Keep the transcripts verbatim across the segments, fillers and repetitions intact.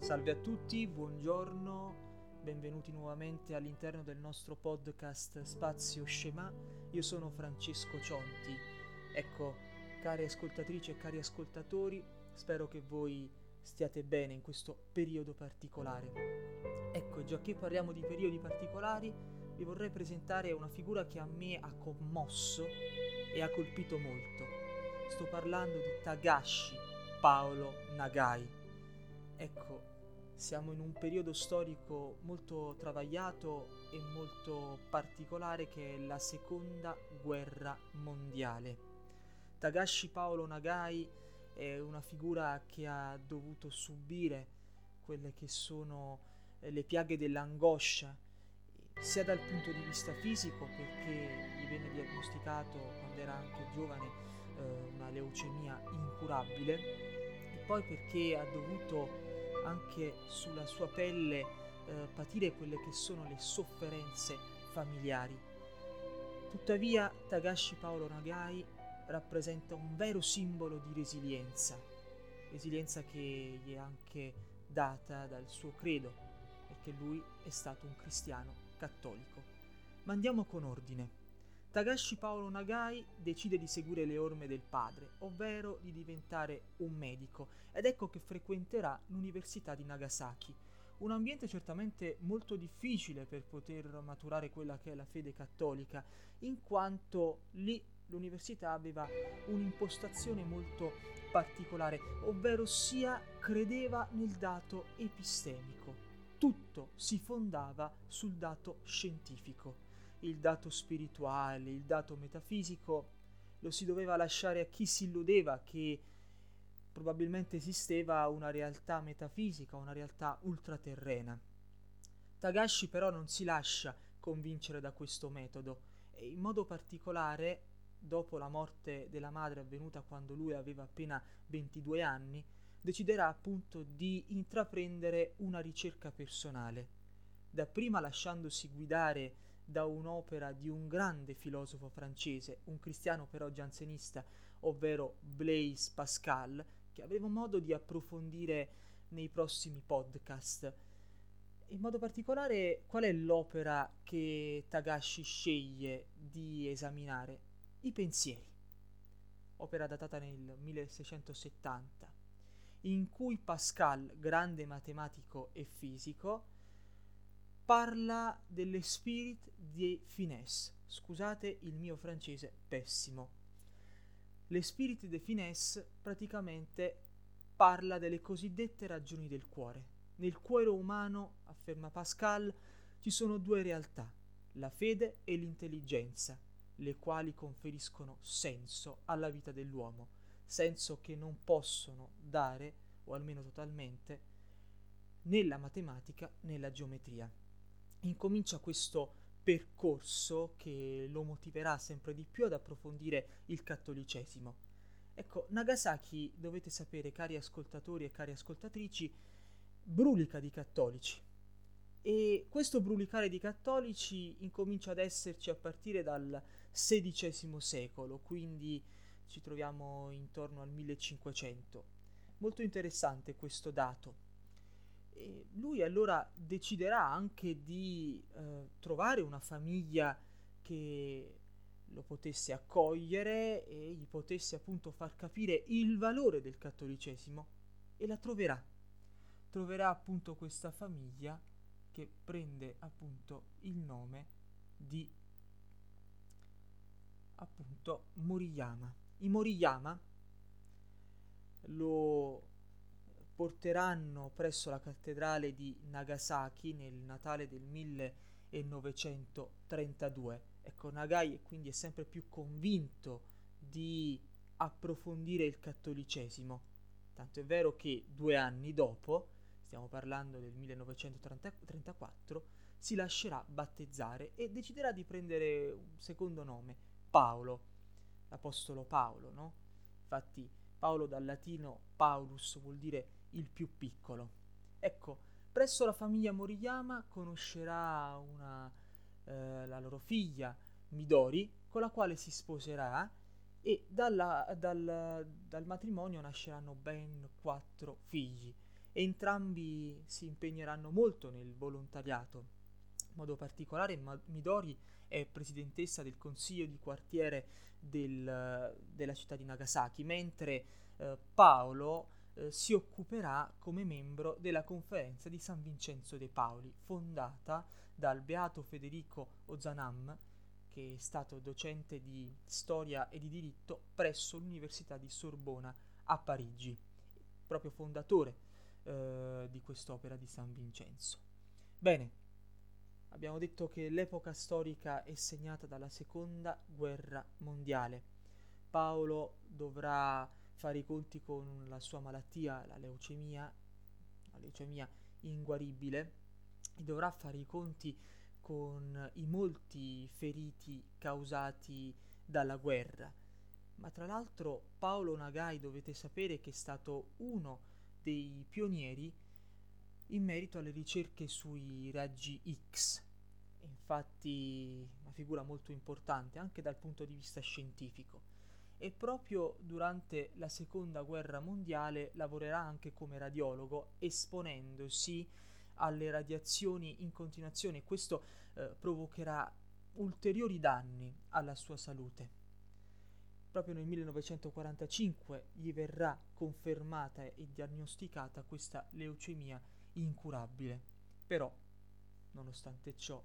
Salve a tutti, buongiorno, benvenuti nuovamente all'interno del nostro podcast Spazio Shema. Io sono Francesco Cionti. Ecco, cari ascoltatrici e cari ascoltatori, spero che voi stiate bene in questo periodo particolare. Ecco, già che parliamo di periodi particolari, vi vorrei presentare una figura che a me ha commosso e ha colpito molto. Sto parlando di Takashi Paolo Nagai. Ecco, siamo in un periodo storico molto travagliato e molto particolare che è la seconda guerra mondiale. Takashi Paolo Nagai è una figura che ha dovuto subire quelle che sono le piaghe dell'angoscia, sia dal punto di vista fisico, perché gli venne diagnosticato quando era anche giovane eh, una leucemia incurabile, e poi perché ha dovuto anche sulla sua pelle eh, patire quelle che sono le sofferenze familiari. Tuttavia Takashi Paolo Nagai rappresenta un vero simbolo di resilienza, resilienza che gli è anche data dal suo credo, perché lui è stato un cristiano cattolico. Ma andiamo con ordine. Takashi Paolo Nagai decide di seguire le orme del padre, ovvero di diventare un medico, ed ecco che frequenterà l'Università di Nagasaki, un ambiente certamente molto difficile per poter maturare quella che è la fede cattolica, in quanto lì l'università aveva un'impostazione molto particolare, ovvero sia credeva nel dato epistemico. Tutto si fondava sul dato scientifico. Il dato spirituale, il dato metafisico lo si doveva lasciare a chi si illudeva che probabilmente esisteva una realtà metafisica, una realtà ultraterrena. Takashi però non si lascia convincere da questo metodo e in modo particolare, dopo la morte della madre avvenuta quando lui aveva appena ventidue anni, deciderà appunto di intraprendere una ricerca personale, dapprima lasciandosi guidare da un'opera di un grande filosofo francese, un cristiano però giansenista, ovvero Blaise Pascal, che avremo modo di approfondire nei prossimi podcast. In modo particolare, qual è l'opera che Takashi sceglie di esaminare? I pensieri, opera datata nel milleseicentosettanta, in cui Pascal, grande matematico e fisico, parla dell'esprit de finesse. Scusate il mio francese pessimo. L'esprit de finesse praticamente parla delle cosiddette ragioni del cuore. Nel cuore umano, afferma Pascal, ci sono due realtà, la fede e l'intelligenza, le quali conferiscono senso alla vita dell'uomo, senso che non possono dare, o almeno totalmente, né la matematica né la geometria. Incomincia questo percorso che lo motiverà sempre di più ad approfondire il cattolicesimo. Ecco, Nagasaki, dovete sapere, cari ascoltatori e cari ascoltatrici, brulica di cattolici. E questo brulicare di cattolici incomincia ad esserci a partire dal sedicesimo secolo, quindi ci troviamo intorno al millecinquecento. Molto interessante questo dato. E lui allora deciderà anche di eh, trovare una famiglia che lo potesse accogliere e gli potesse appunto far capire il valore del cattolicesimo, e la troverà. Troverà appunto questa famiglia che prende appunto il nome di appunto Moriyama. I Moriyama lo porteranno presso la cattedrale di Nagasaki nel Natale del millenovecentotrentadue. Ecco, Nagai quindi è sempre più convinto di approfondire il cattolicesimo, tanto è vero che due anni dopo, stiamo parlando del millenovecentotrentaquattro, si lascerà battezzare e deciderà di prendere un secondo nome, Paolo, l'apostolo Paolo, no? Infatti Paolo dal latino Paulus vuol dire il più piccolo. Ecco, presso la famiglia Moriyama conoscerà una, eh, la loro figlia Midori, con la quale si sposerà, e dalla, dal, dal matrimonio nasceranno ben quattro figli. Entrambi si impegneranno molto nel volontariato. In modo particolare Midori è presidentessa del consiglio di quartiere del, della città di Nagasaki, mentre eh, Paolo eh, si occuperà come membro della conferenza di San Vincenzo de Pauli, fondata dal beato Federico Ozanam, che è stato docente di storia e di diritto presso l'Università di Sorbona a Parigi, proprio fondatore eh, di quest'opera di San Vincenzo. Bene, abbiamo detto che l'epoca storica è segnata dalla seconda guerra mondiale. Paolo dovrà fare i conti con la sua malattia, la leucemia, la leucemia inguaribile, e dovrà fare i conti con i molti feriti causati dalla guerra. Ma tra l'altro Paolo Nagai, dovete sapere che è stato uno dei pionieri in merito alle ricerche sui raggi X. Infatti una figura molto importante anche dal punto di vista scientifico. E proprio durante la seconda guerra mondiale lavorerà anche come radiologo, esponendosi alle radiazioni in continuazione. Questo eh, provocherà ulteriori danni alla sua salute. Proprio nel millenovecentoquarantacinque gli verrà confermata e diagnosticata questa leucemia incurabile. Però, nonostante ciò,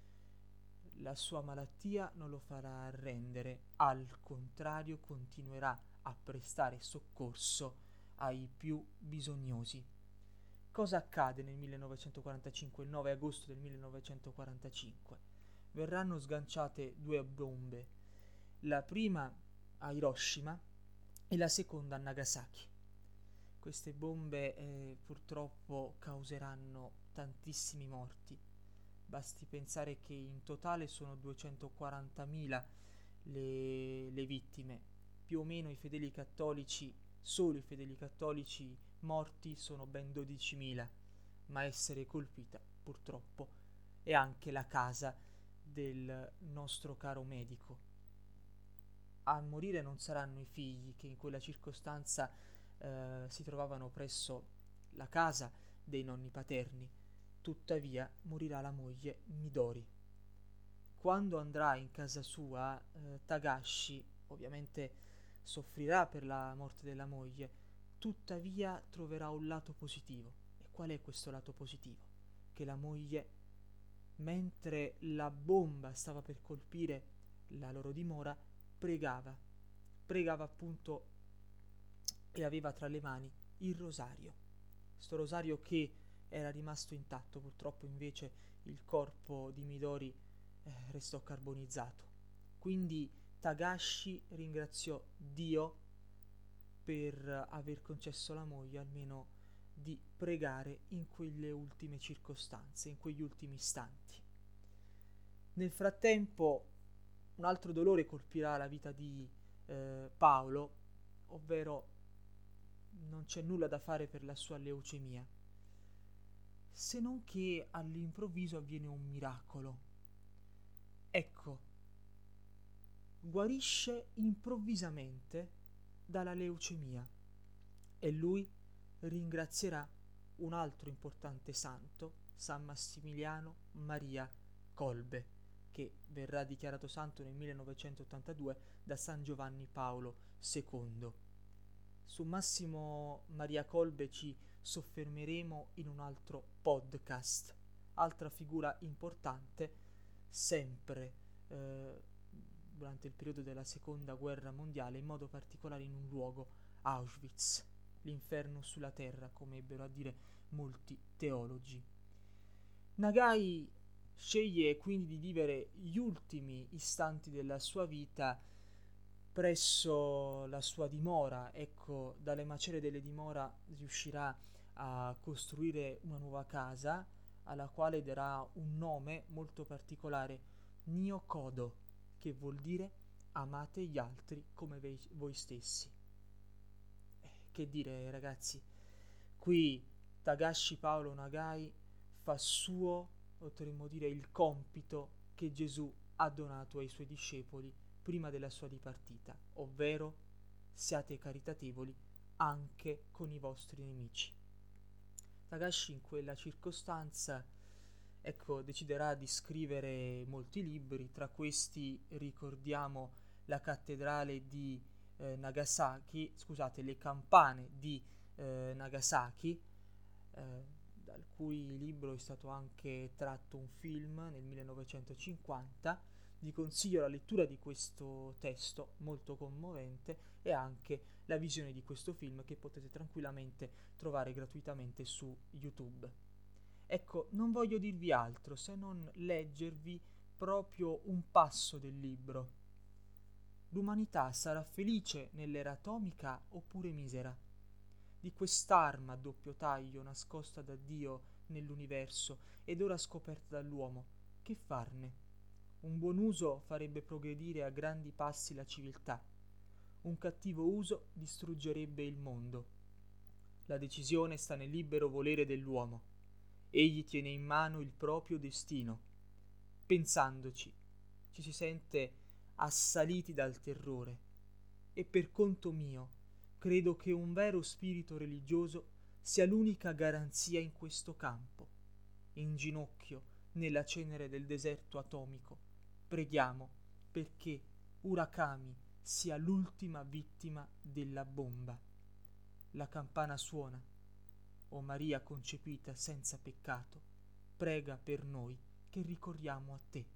la sua malattia non lo farà arrendere, al contrario continuerà a prestare soccorso ai più bisognosi. Cosa accade nel millenovecentoquarantacinque, il nove agosto del millenovecentoquarantacinque? Verranno sganciate due bombe, la prima a Hiroshima e la seconda a Nagasaki. Queste bombe eh, purtroppo causeranno tantissimi morti. Basti pensare che in totale sono duecentoquarantamila le, le vittime. Più o meno i fedeli cattolici, solo i fedeli cattolici morti sono ben dodicimila, ma essere colpita purtroppo è anche la casa del nostro caro medico. A morire non saranno i figli, che in quella circostanza eh, si trovavano presso la casa dei nonni paterni. Tuttavia morirà la moglie Midori. Quando andrà in casa sua, eh, Tagashi ovviamente soffrirà per la morte della moglie, tuttavia troverà un lato positivo. E qual è questo lato positivo? Che la moglie, mentre la bomba stava per colpire la loro dimora, pregava, pregava appunto e aveva tra le mani il rosario. Sto rosario che era rimasto intatto, purtroppo invece il corpo di Midori eh, restò carbonizzato. Quindi Tagashi ringraziò Dio per aver concesso alla moglie almeno di pregare in quelle ultime circostanze, in quegli ultimi istanti. Nel frattempo un altro dolore colpirà la vita di eh, Paolo, ovvero non c'è nulla da fare per la sua leucemia, se non che all'improvviso avviene un miracolo. Ecco, guarisce improvvisamente dalla leucemia e lui ringrazierà un altro importante santo, San Massimiliano Maria Kolbe, che verrà dichiarato santo nel millenovecentottantadue da San Giovanni Paolo secondo. Su Massimo Maria Kolbe ci soffermeremo in un altro podcast. Altra figura importante, sempre eh, durante il periodo della seconda guerra mondiale, in modo particolare in un luogo, Auschwitz, l'inferno sulla terra, come ebbero a dire molti teologi. Nagai sceglie quindi di vivere gli ultimi istanti della sua vita presso la sua dimora. Ecco, dalle macerie delle dimora riuscirà a costruire una nuova casa alla quale darà un nome molto particolare, Nyokodo, che vuol dire amate gli altri come voi stessi. Eh, che dire, ragazzi, qui Tagashi Paolo Nagai fa suo, potremmo dire, il compito che Gesù ha donato ai suoi discepoli prima della sua dipartita, ovvero siate caritatevoli anche con i vostri nemici. Takashi in quella circostanza, ecco, deciderà di scrivere molti libri. Tra questi ricordiamo la cattedrale di eh, Nagasaki, scusate, le campane di eh, Nagasaki, eh, dal cui libro è stato anche tratto un film nel millenovecentocinquanta. Vi consiglio la lettura di questo testo molto commovente e anche la visione di questo film che potete tranquillamente trovare gratuitamente su YouTube. Ecco, non voglio dirvi altro se non leggervi proprio un passo del libro. L'umanità sarà felice nell'era atomica oppure misera? Di quest'arma a doppio taglio nascosta da Dio nell'universo ed ora scoperta dall'uomo, che farne? Un buon uso farebbe progredire a grandi passi la civiltà. Un cattivo uso distruggerebbe il mondo. La decisione sta nel libero volere dell'uomo. Egli tiene in mano il proprio destino. Pensandoci, ci si sente assaliti dal terrore. E per conto mio, credo che un vero spirito religioso sia l'unica garanzia in questo campo. In ginocchio, nella cenere del deserto atomico, preghiamo perché Urakami sia l'ultima vittima della bomba. La campana suona. O Maria concepita senza peccato, prega per noi che ricorriamo a te.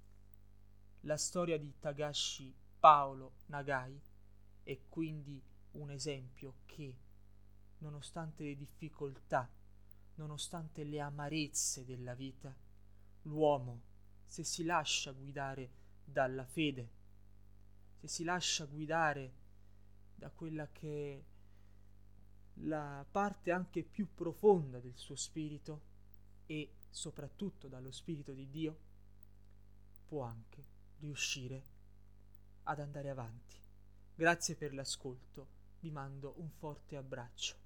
La storia di Takashi Paolo Nagai è quindi un esempio che, nonostante le difficoltà, nonostante le amarezze della vita, l'uomo, se si lascia guidare dalla fede, se si lascia guidare da quella che è la parte anche più profonda del suo spirito e soprattutto dallo spirito di Dio, può anche riuscire ad andare avanti. Grazie per l'ascolto, vi mando un forte abbraccio.